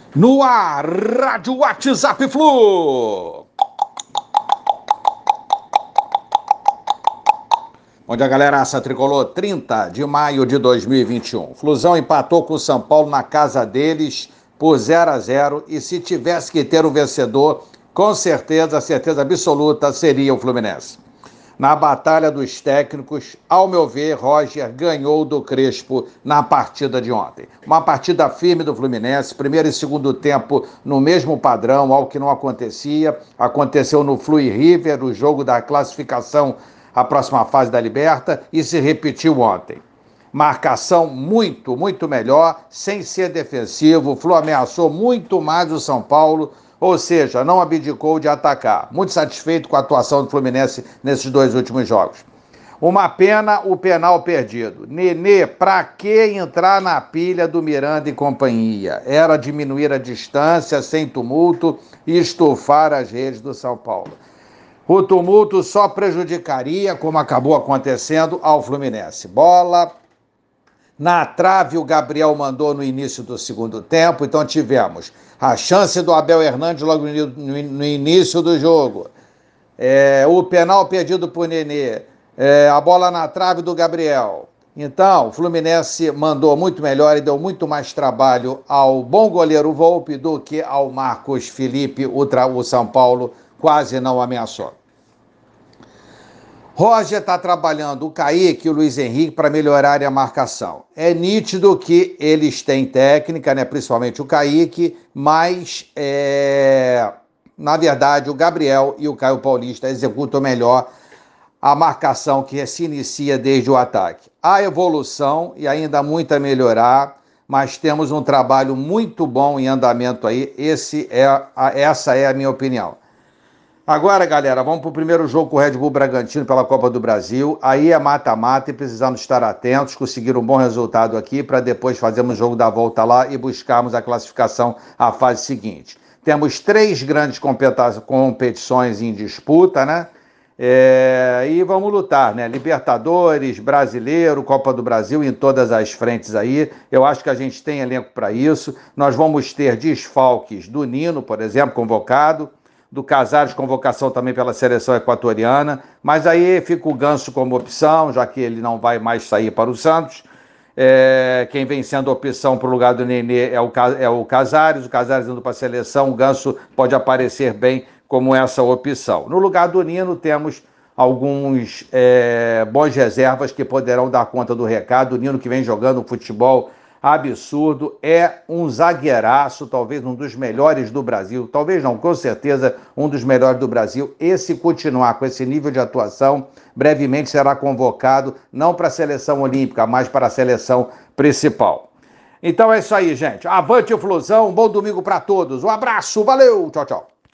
No ar, Rádio WhatsApp Flu. Bom dia, galera. Aça Tricolor, 30 de maio de 2021. Flusão empatou com o São Paulo na casa deles por 0-0 e se tivesse que ter um vencedor, com certeza, a certeza absoluta, seria o Fluminense. Na batalha dos técnicos, ao meu ver, Roger ganhou do Crespo na partida de ontem. Uma partida firme do Fluminense, primeiro e segundo tempo no mesmo padrão, algo que não acontecia. Aconteceu no Flu e River, o jogo da classificação à próxima fase da Liberta, e se repetiu ontem. Marcação muito melhor, sem ser defensivo. O Flu ameaçou muito mais o São Paulo, ou seja, não abdicou de atacar. Muito satisfeito com a atuação do Fluminense nesses dois últimos jogos. Uma pena o penal perdido. Nenê, pra que entrar na pilha do Miranda e companhia? Era diminuir a distância sem tumulto e estufar as redes do São Paulo. O tumulto só prejudicaria, como acabou acontecendo, ao Fluminense. Bola na trave, o Gabriel mandou no início do segundo tempo, então tivemos a chance do Abel Hernandes logo no início do jogo. O penal perdido por Nenê, a bola na trave do Gabriel. Então, o Fluminense mandou muito melhor e deu muito mais trabalho ao bom goleiro Volpi do que ao Marcos Felipe. O São Paulo quase não ameaçou. Roger está trabalhando o Kaique e o Luiz Henrique para melhorarem a marcação. É nítido que eles têm técnica, né? Principalmente o Kaique, mas, na verdade, o Gabriel e o Caio Paulista executam melhor a marcação que se inicia desde o ataque. Há evolução e ainda muito a melhorar, mas temos um trabalho muito bom em andamento aí. Essa é a minha opinião. Agora, galera, vamos para o primeiro jogo com o Red Bull Bragantino pela Copa do Brasil. Aí é mata-mata e precisamos estar atentos, conseguir um bom resultado aqui para depois fazermos o jogo da volta lá e buscarmos a classificação à fase seguinte. Temos 3 grandes competições em disputa, né? E vamos lutar, né? Libertadores, Brasileiro, Copa do Brasil, em todas as frentes aí. Eu acho que a gente tem elenco para isso. Nós vamos ter desfalques do Nino, por exemplo, convocado, do Casares, convocação também pela seleção equatoriana, mas aí fica o Ganso como opção, já que ele não vai mais sair para o Santos. Quem vem sendo opção para o lugar do Nenê é o Casares indo para a seleção, o Ganso pode aparecer bem como essa opção. No lugar do Nino temos alguns bons reservas que poderão dar conta do recado. O Nino, que vem jogando um futebol absurdo, é um zagueiraço, talvez um dos melhores do Brasil, talvez não, com certeza um dos melhores do Brasil, e se continuar com esse nível de atuação, brevemente será convocado, não para a seleção olímpica, mas para a seleção principal. Então é isso aí, gente. Avante o Flusão, um bom domingo para todos, um abraço, valeu, tchau, tchau.